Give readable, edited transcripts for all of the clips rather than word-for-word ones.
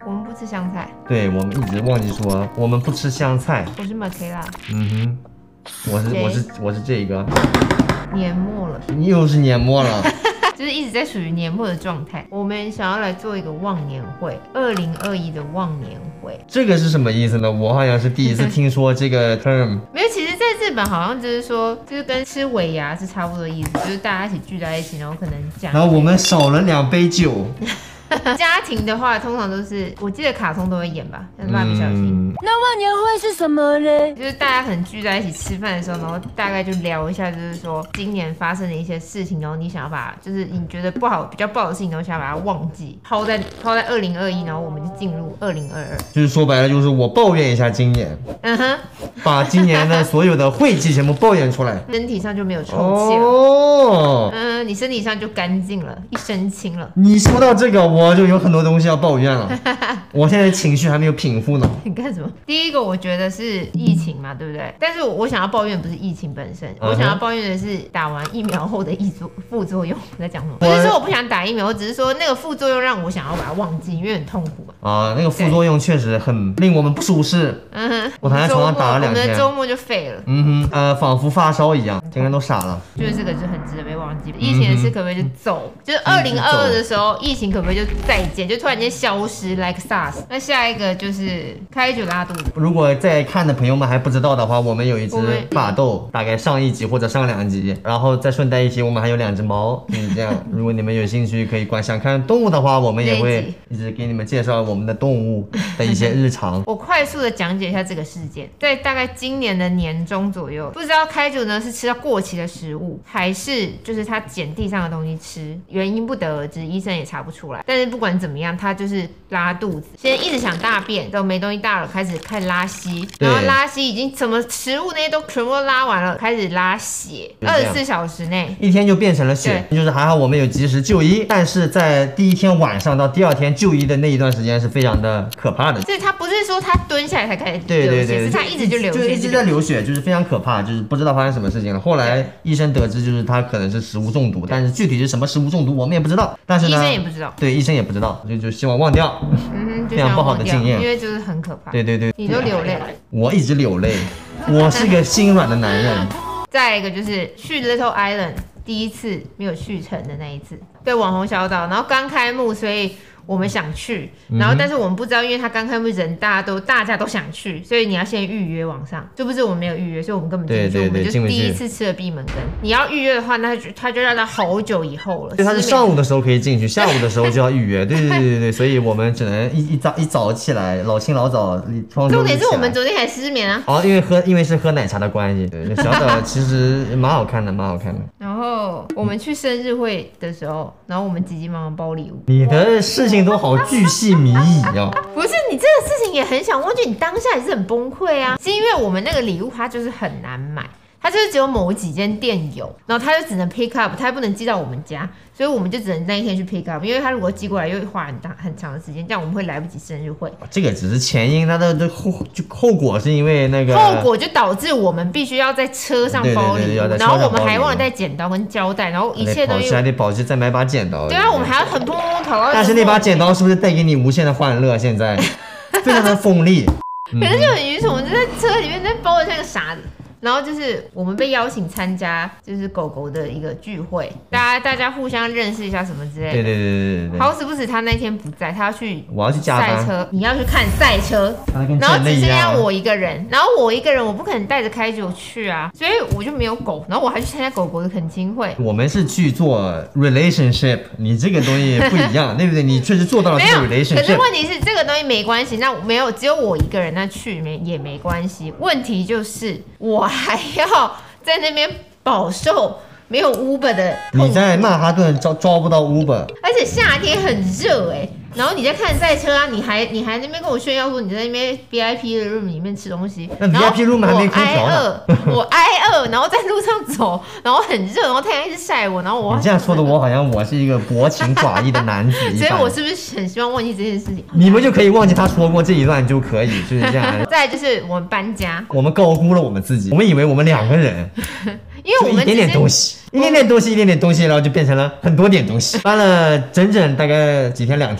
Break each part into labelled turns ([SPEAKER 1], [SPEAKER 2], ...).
[SPEAKER 1] 我们不吃香菜。
[SPEAKER 2] 对，我们一直忘记说我们不吃香菜。
[SPEAKER 1] 我是马 K 啦。
[SPEAKER 2] 嗯哼，我是这个。
[SPEAKER 1] 年末了，
[SPEAKER 2] 你又是年末了。
[SPEAKER 1] 就是一直在属于年末的状态。我们想要来做一个忘年会，2021的忘年会。
[SPEAKER 2] 这个是什么意思呢？我好像是第一次听说这个 term。
[SPEAKER 1] 没有，其实在日本好像就是说，就是跟吃尾牙是差不多的意思，就是大家一起聚在一起，然后可能讲。
[SPEAKER 2] 然后我们少了2杯酒。
[SPEAKER 1] 家庭的话，通常都是我记得卡通都会演吧，像蜡笔小新。
[SPEAKER 3] 那忘年会是什么呢？
[SPEAKER 1] 就是大家可能聚在一起吃饭的时候，然后大概就聊一下，就是说今年发生的一些事情，然后你想要把，就是你觉得比较不好的事情，然后想要把它忘记，抛在2021，然后我们就进入2022。
[SPEAKER 2] 就是说白了，就是我抱怨一下今年，把今年的所有的晦气全部抱怨出来，
[SPEAKER 1] 身体上就没有臭气了。
[SPEAKER 2] 哦，
[SPEAKER 1] 你身体上就干净了，一身轻了。
[SPEAKER 2] 你说到这个，我就有很多东西要抱怨了。我现在情绪还没有平复呢。
[SPEAKER 1] 你干什么？第一个我觉得是疫情嘛，对不对？但是我想要抱怨不是疫情本身，我想要抱怨的是打完疫苗后的副作用。我在讲什么？不是说我不想打疫苗，我只是说那个副作用让我想要把它忘记，因为很痛苦嘛。
[SPEAKER 2] 啊，那个副作用确实很令我们不舒适。我躺在床上打了2天，
[SPEAKER 1] 我们的周末就废了。
[SPEAKER 2] 仿佛发烧一样，整个人都傻了。
[SPEAKER 1] 就是这个就很值得被忘记。疫情的事可不可以就走？就是2022的时候，疫情可不可以就再见？就突然间消失 ，like SARS。那下一个就是开酒拉肚子。
[SPEAKER 2] 如果在看的朋友们还不知道的话，我们有一只法斗，大概上1集或者上2集，然后再顺带一提，我们还有2只猫。这样，如果你们有兴趣可以想看动物的话，我们也会一直给你们介绍我们的动物的一些日常。
[SPEAKER 1] 我快速的讲解一下这个事件，在大概今年的年中左右，不知道开酒呢是吃到过期的食物，还是就是他捡地上的东西吃，原因不得而知，医生也查不出来。但是不管怎么样，他就是拉肚子，现在一直想大便，都没东西大了，开始拉稀，然后拉稀已经什么食物那些都全部都拉完了，开始拉血，24小时内
[SPEAKER 2] 1天就变成了血。就是还好我们有及时就医，但是在第1天晚上到第2天就医的那一段时间是非常的可怕的。
[SPEAKER 1] 就是他不是说他蹲下来才开始
[SPEAKER 2] 流血，
[SPEAKER 1] 是他一直就流血，
[SPEAKER 2] 就一直在流血，就是非常可怕，就是不知道发生什么事情了。后来医生得知就是他可能是食物中毒，但是具体是什么食物中毒我们也不知道。但是呢，
[SPEAKER 1] 医生也不知道，
[SPEAKER 2] 对，医生也不知道，就希望忘掉。非常不好的经验，
[SPEAKER 1] 因为就是很可怕。
[SPEAKER 2] 对，
[SPEAKER 1] 你都流泪了，
[SPEAKER 2] 我一直流泪，我是个心软的男人。
[SPEAKER 1] 再一个就是去 Little Island 第一次没有去成的那一次，对，网红小岛，然后刚开幕，所以我们想去，然后但是我们不知道，因为他刚开幕人大家都想去，所以你要先预约网上，就不是我们没有预约，所以我们根本进不去，我们就第一次吃了闭门羹。你要预约的话，那他就要到好久以后了。
[SPEAKER 2] 对，他是上午的时候可以进去，下午的时候就要预约。对，所以我们只能一早起来，老清老早。
[SPEAKER 1] 重点是我们昨天还失眠啊。
[SPEAKER 2] 哦，因为是喝奶茶的关系。对，小岛其实蛮好看的，蛮好看的。
[SPEAKER 1] 然后我们去生日会的时候，然后我们急急忙忙包礼物。
[SPEAKER 2] 你的事情都好巨细靡遗啊！
[SPEAKER 1] 不是，你这个事情也很想忘记，你当下也是很崩溃啊。是因为我们那个礼物它就是很难买，它就是只有某几间店有，然后它就只能 pick up， 它不能寄到我们家，所以我们就只能那一天去 pick up， 因为它如果寄过来又花很长的时间，这样我们会来不及生日会。
[SPEAKER 2] 这个只是前因，它的后果是因为那个
[SPEAKER 1] 后果就导致我们必须要在车上包礼物，然后我们还忘了带剪刀跟胶带，然后一切东西
[SPEAKER 2] 还得跑去再买把剪刀。
[SPEAKER 1] 对啊，我们还要很砰砰跑到。
[SPEAKER 2] 但是那把剪刀是不是带给你无限的欢乐？现在非常的锋利，
[SPEAKER 1] 可是就很愚蠢，我就在车里面在包的像个傻子。然后就是我们被邀请参加就是狗狗的一个聚会，大家互相认识一下什么之类的。对。好死不死他那天不在，他要去赛车，你要去看赛车，然后只剩下我一个人，然后我一个人我不可能带着开酒去啊，所以我就没有狗，然后我还去参加狗狗的恳亲会。
[SPEAKER 2] 我们是去做 relationship， 你这个东西不一样，对不对？你确实做到了这个 relationship。可
[SPEAKER 1] 是问题是这个东西没关系，那没有只有我一个人，那去也没关系。问题就是我还要在那边饱受没有 Uber 的痛苦。
[SPEAKER 2] 你在曼哈顿招不到 Uber，
[SPEAKER 1] 而且夏天很热然后你在看赛车啊，你还那边跟我炫耀说你在那边 VIP 的 room 里面吃东西，
[SPEAKER 2] 那 VIP room 还没空调呢。
[SPEAKER 1] 我挨饿，然后在路上走，然后很热，然后太阳一直晒我，然后
[SPEAKER 2] 你这样说的我好像我是一个薄情寡义的男子一般。
[SPEAKER 1] 所以我是不是很希望忘记这件事情？
[SPEAKER 2] 你们就可以忘记他说过这一段就可以，就是这样。
[SPEAKER 1] 再来就是我们搬家，
[SPEAKER 2] 我们高估了我们自己，我们以为我们2个人。
[SPEAKER 1] 因为我们
[SPEAKER 2] 一点点东西，一点点东西，然后就变成了很多点东西。搬了整整大概几天，2天。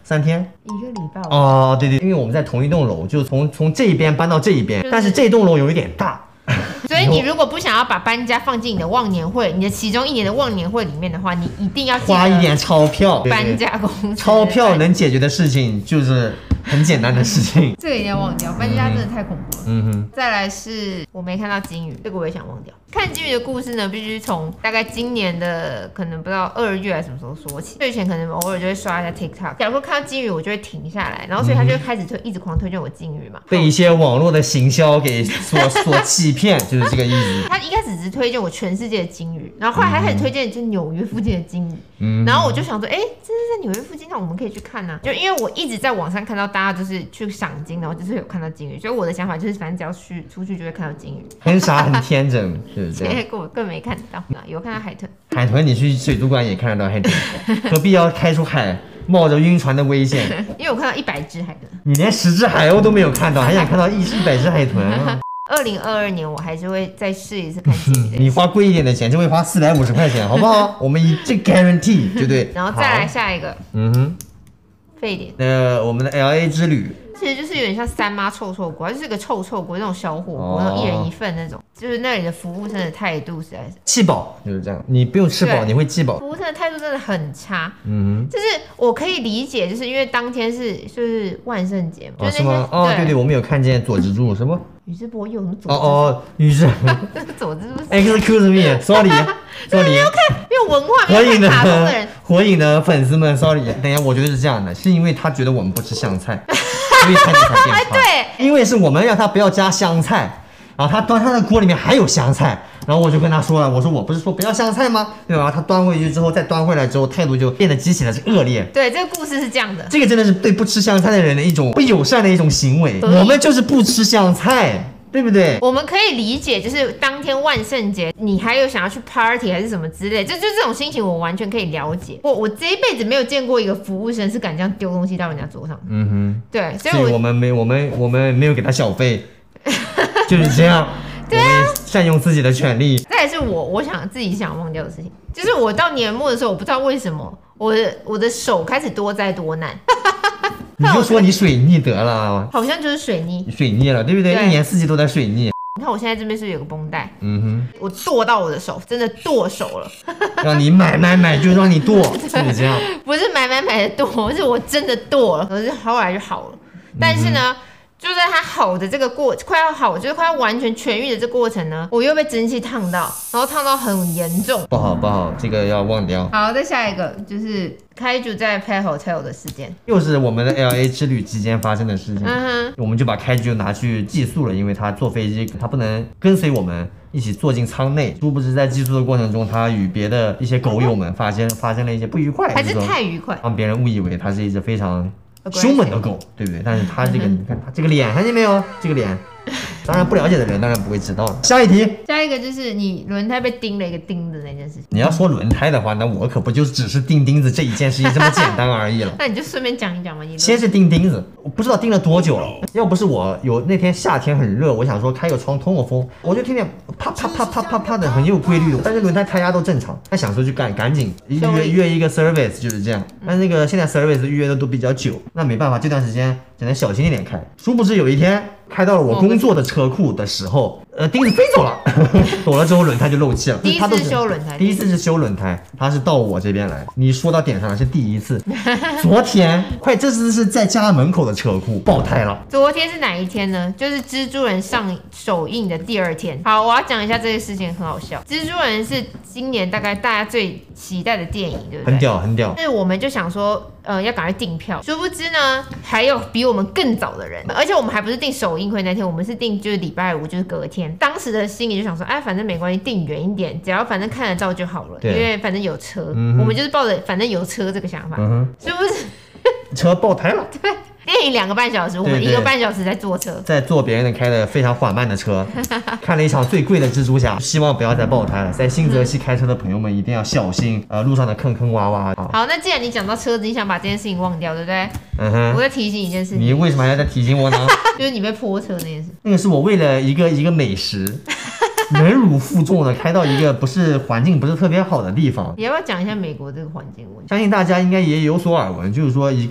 [SPEAKER 2] 3天
[SPEAKER 1] 1个礼拜
[SPEAKER 2] 哦，对对，因为我们在同一栋楼，就从这一边搬到这一边，但是这栋楼有一点大。
[SPEAKER 1] 所以你如果不想要把搬家放进你的忘年会，你的其中1年的忘年会里面的话，你一定要
[SPEAKER 2] 花一点钞票，
[SPEAKER 1] 搬家公司
[SPEAKER 2] 钞票能解决的事情就是很简单的事情。
[SPEAKER 1] 这个一定要忘掉，搬家真的太恐怖了。再来是我没看到金鱼，这个我也想忘掉。看金鱼的故事呢，必须从大概今年的可能不知道2月还是什么时候说起。睡前可能偶尔就会刷一下 TikTok， 假如说看到金鱼，我就会停下来，然后所以他就会开始一直狂推荐我金鱼嘛。
[SPEAKER 2] 被一些网络的行销给所欺骗，就是这个意思。
[SPEAKER 1] 他一开始只是推荐我全世界的金鱼，然后后来他开始推荐就纽约附近的金鱼，然后我就想说，这是在纽约附近，那我们可以去看啊。就因为我一直在网上看到大家就是去赏金，然后就是有看到金鱼，所以我的想法就是反正只要出去就会看到金鱼。很
[SPEAKER 2] 傻很天真，就是这样。
[SPEAKER 1] 结果更没看到，有看到海豚。
[SPEAKER 2] 海豚你去水族馆也看得到海豚，何必要开出海，冒着晕船的危险？
[SPEAKER 1] 因为我看到100只海豚，
[SPEAKER 2] 你连10只海鸥都没有看到，还想看到100只海豚啊
[SPEAKER 1] ？2022年我还是会再试一次看金鱼。
[SPEAKER 2] 你花贵一点的钱，就会花450块钱，好不好？我们这 guarantee 对不对？
[SPEAKER 1] 然后再来下一个，沸点。
[SPEAKER 2] 我们的 LA 之旅。
[SPEAKER 1] 其实就是有点像三妈臭臭锅，它就是个臭臭锅那种小火锅，那种1人1份那种。就是那里的服务生的态度实在是
[SPEAKER 2] 气饱，就是这样。你不用吃饱，你会气饱。
[SPEAKER 1] 服务生的态度真的很差。就是我可以理解，就是因为当天就是万圣节嘛。
[SPEAKER 2] 是吗？对，我们有看见佐之助什么？
[SPEAKER 1] 宇智波鼬什么佐
[SPEAKER 2] 宇智
[SPEAKER 1] 佐之助。
[SPEAKER 2] Excuse me，sorry。
[SPEAKER 1] 没有看，没有文化，没有看卡通的人。
[SPEAKER 2] 火影的粉丝们 ，sorry。等一下，我觉得是这样的，是因为他觉得我们不吃香菜。所以才变胖。
[SPEAKER 1] 对，
[SPEAKER 2] 因为是我们让他不要加香菜，然后他端他的锅里面还有香菜，然后我就跟他说了，我说我不是说不要香菜吗？对吧？他端回去之后，再端回来之后，态度就变得极其的恶劣。
[SPEAKER 1] 对，这个故事是这样的，
[SPEAKER 2] 这个真的是对不吃香菜的人的一种不友善的一种行为。我们就是不吃香菜。对不对？
[SPEAKER 1] 我们可以理解，就是当天万圣节，你还有想要去 party 还是什么之类，就这种心情，我完全可以了解。我这一辈子没有见过一个服务生是敢这样丢东西到人家桌上。对，所以
[SPEAKER 2] 我们没有给他小费，就是这样。对啊，善用自己的权利。
[SPEAKER 1] 这也是我自己想忘掉的事情，就是我到年末的时候，我不知道为什么我的手开始多灾多难。
[SPEAKER 2] 你就说你水逆得了，
[SPEAKER 1] 好像就是水
[SPEAKER 2] 逆了，对不对？一年4季都在水逆。
[SPEAKER 1] 你看我现在这边是有个绷带，我剁到我的手，真的剁手了。
[SPEAKER 2] 让你买就让你剁，就是这样。
[SPEAKER 1] 不是买的剁，是我真的剁了，可是后来就好了。但是呢，就在它好的这个快要好，就是快要完全痊愈的这过程呢，我又被蒸汽烫到，然后烫到很严重，
[SPEAKER 2] 不好，这个要忘掉。
[SPEAKER 1] 好，再下一个就是开局在 Pet Hotel 的事件，
[SPEAKER 2] 又是我们的 LA 之旅期间发生的事情。我们就把开局拿去寄宿了，因为他坐飞机，他不能跟随我们一起坐进舱内。殊不知在寄宿的过程中，他与别的一些狗友们发生了一些不愉快，
[SPEAKER 1] 还是太愉快，
[SPEAKER 2] 让别人误以为他是一只非常凶猛的狗，对不对？但是他这个，你看他这个脸，看见没有？这个脸，当然不了解的人当然不会知道了。下一题，
[SPEAKER 1] 下一个就是你轮胎被钉了一个钉子那件事情。
[SPEAKER 2] 你要说轮胎的话，那我可不就只是钉钉子这一件事情这么简单而已了。
[SPEAKER 1] 那你就顺便讲一讲嘛。
[SPEAKER 2] 先是钉钉子，我不知道钉了多久了。要不是我那天夏天很热，我想说开个窗通个风，我就听见啪啪啪啪啪啪的很有规律的。但是轮胎胎压都正常，他想说就赶紧约一个 service 就是这样。但是那个现在 service 预约的都比较久，那没办法，这段时间只能小心一点开。殊不知有一天开到了我工作的车库的时候，钉子飞走了，走了之后轮胎就漏气了。
[SPEAKER 1] 第一次修轮胎，
[SPEAKER 2] 第一次是修轮胎，他是到我这边来。你说到点上了，是第一次。昨天这次是在家门口的车库爆胎了。
[SPEAKER 1] 昨天是哪一天呢？就是蜘蛛人上首映的第2天。好，我要讲一下这个事情，很好笑。蜘蛛人是今年大概大家最期待的电影，对不对？
[SPEAKER 2] 很屌，很屌。
[SPEAKER 1] 但是我们就想说，要赶快订票。殊不知呢，还有比我们更早的人，而且我们还不是订首映会那天，我们是订就是礼拜5，就是隔天。当时的心里就想说，哎，反正没关系，订远一点，只要反正看得到就好了，因为反正有车。我们就是抱着反正有车这个想法，是不是？
[SPEAKER 2] 车爆胎了。
[SPEAKER 1] 对。电影2个半小时，我们1个半小时在坐车，
[SPEAKER 2] 在坐别人开的非常缓慢的车，看了一场最贵的蜘蛛侠，希望不要再爆胎了。在新泽西开车的朋友们一定要小心，路上的坑坑洼洼。
[SPEAKER 1] 好，那既然你讲到车子，你想把这件事情忘掉，对不对？我再提醒一件事情。
[SPEAKER 2] 你为什么还要再提醒我呢？
[SPEAKER 1] 就是你被泼车那件事。
[SPEAKER 2] 那个是我为了一个美食。忍辱负重的开到一个环境不是特别好的地方。
[SPEAKER 1] 你要不要讲一下美国这个环境问题？
[SPEAKER 2] 相信大家应该也有所耳闻，就是说一个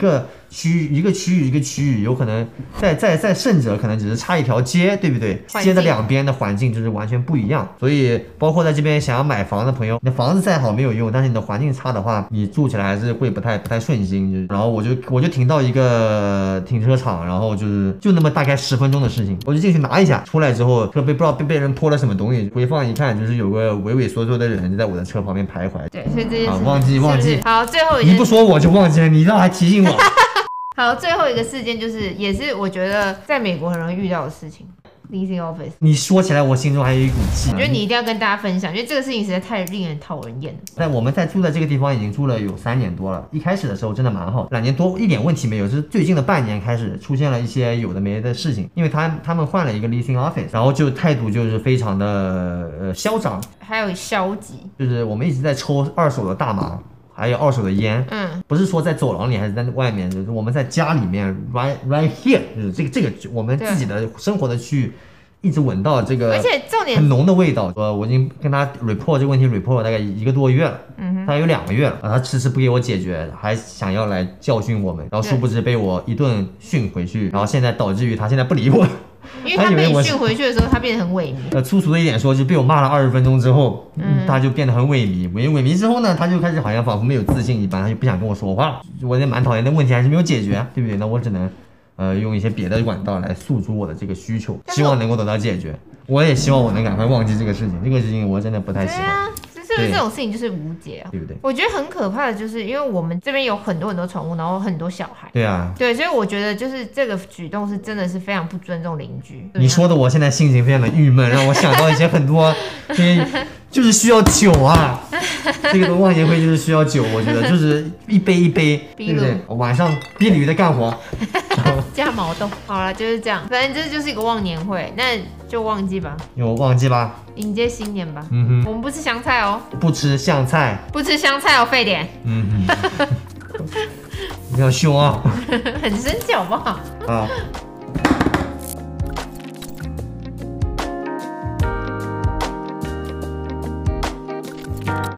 [SPEAKER 2] 一个区域，有可能再甚者可能只是差一条街，对不对？街的两边的环境就是完全不一样，所以包括在这边想要买房的朋友，你的房子再好没有用，但是你的环境差的话，你住起来还是会不太顺心。然后我就停到一个停车场，然后就那么大概10分钟的事情，我就进去拿一下，出来之后车不知道被人泼了什么东西，回放一看，就是有个畏畏缩缩的人就在我的车旁边徘徊。
[SPEAKER 1] 对，所以这件事
[SPEAKER 2] 忘记。
[SPEAKER 1] 好，最后
[SPEAKER 2] 你不说我就忘记了，你让还提醒我。
[SPEAKER 1] 好，最后一个事件也是我觉得在美国很容易遇到的事情。leasing office， 你
[SPEAKER 2] 说起来我心中还有一股气，
[SPEAKER 1] 我觉得你一定要跟大家分享，因为这个事情实在太令人讨人厌了。
[SPEAKER 2] 但我们在住的这个地方已经住了有3年多了，一开始的时候真的蛮好，2年多一点问题没有，就是最近的半年开始出现了一些有的没的事情，因为他们换了一个 leasing office， 然后就态度就是非常的嚣张，
[SPEAKER 1] 还有消极，
[SPEAKER 2] 就是我们一直在抽2手的大麻。还有2手的烟，不是说在走廊里还是在外面，就是我们在家里面 right here， 就是这个我们自己的生活的区域，一直闻到这个，
[SPEAKER 1] 而且重点
[SPEAKER 2] 很浓的味道。我已经跟他 report 这个问题 report 了大概1个多月了，大概有2个月了，他迟迟不给我解决，还想要来教训我们，然后殊不知被我一顿训回去，然后现在导致于他现在不理我。
[SPEAKER 1] 因为他被你训回去的时候，他变得很萎靡。
[SPEAKER 2] 粗俗的一点说，就被我骂了20分钟之后，他就变得很萎靡。萎靡之后呢，他就开始好像仿佛没有自信一般，他就不想跟我说话了。我也蛮讨厌的问题还是没有解决，对不对？那我只能用一些别的管道来诉诸我的这个需求，希望能够得到解决。我也希望我能赶快忘记这个事情，这个事情我真的不太喜欢。
[SPEAKER 1] 是不是这种事情就是无解啊？
[SPEAKER 2] 对不对？
[SPEAKER 1] 我觉得很可怕的就是，因为我们这边有很多宠物，然后很多小孩。
[SPEAKER 2] 对啊，
[SPEAKER 1] 对，所以我觉得就是这个举动是真的是非常不尊重邻居。
[SPEAKER 2] 你说的我现在心情非常的郁闷，让我想到一些很多，就是需要酒啊。这个忘年会就是需要酒，我觉得就是一杯，对不对？晚上逼驴的干活。
[SPEAKER 1] 加毛豆，好了，就是这样，反正这就是一个忘年会，那就忘记吧，
[SPEAKER 2] 忘记吧，
[SPEAKER 1] 迎接新年吧。我们不吃香菜哦，
[SPEAKER 2] 不吃香菜
[SPEAKER 1] 哦，沸点。
[SPEAKER 2] 你好凶啊，
[SPEAKER 1] 很生气好不好？
[SPEAKER 2] 啊。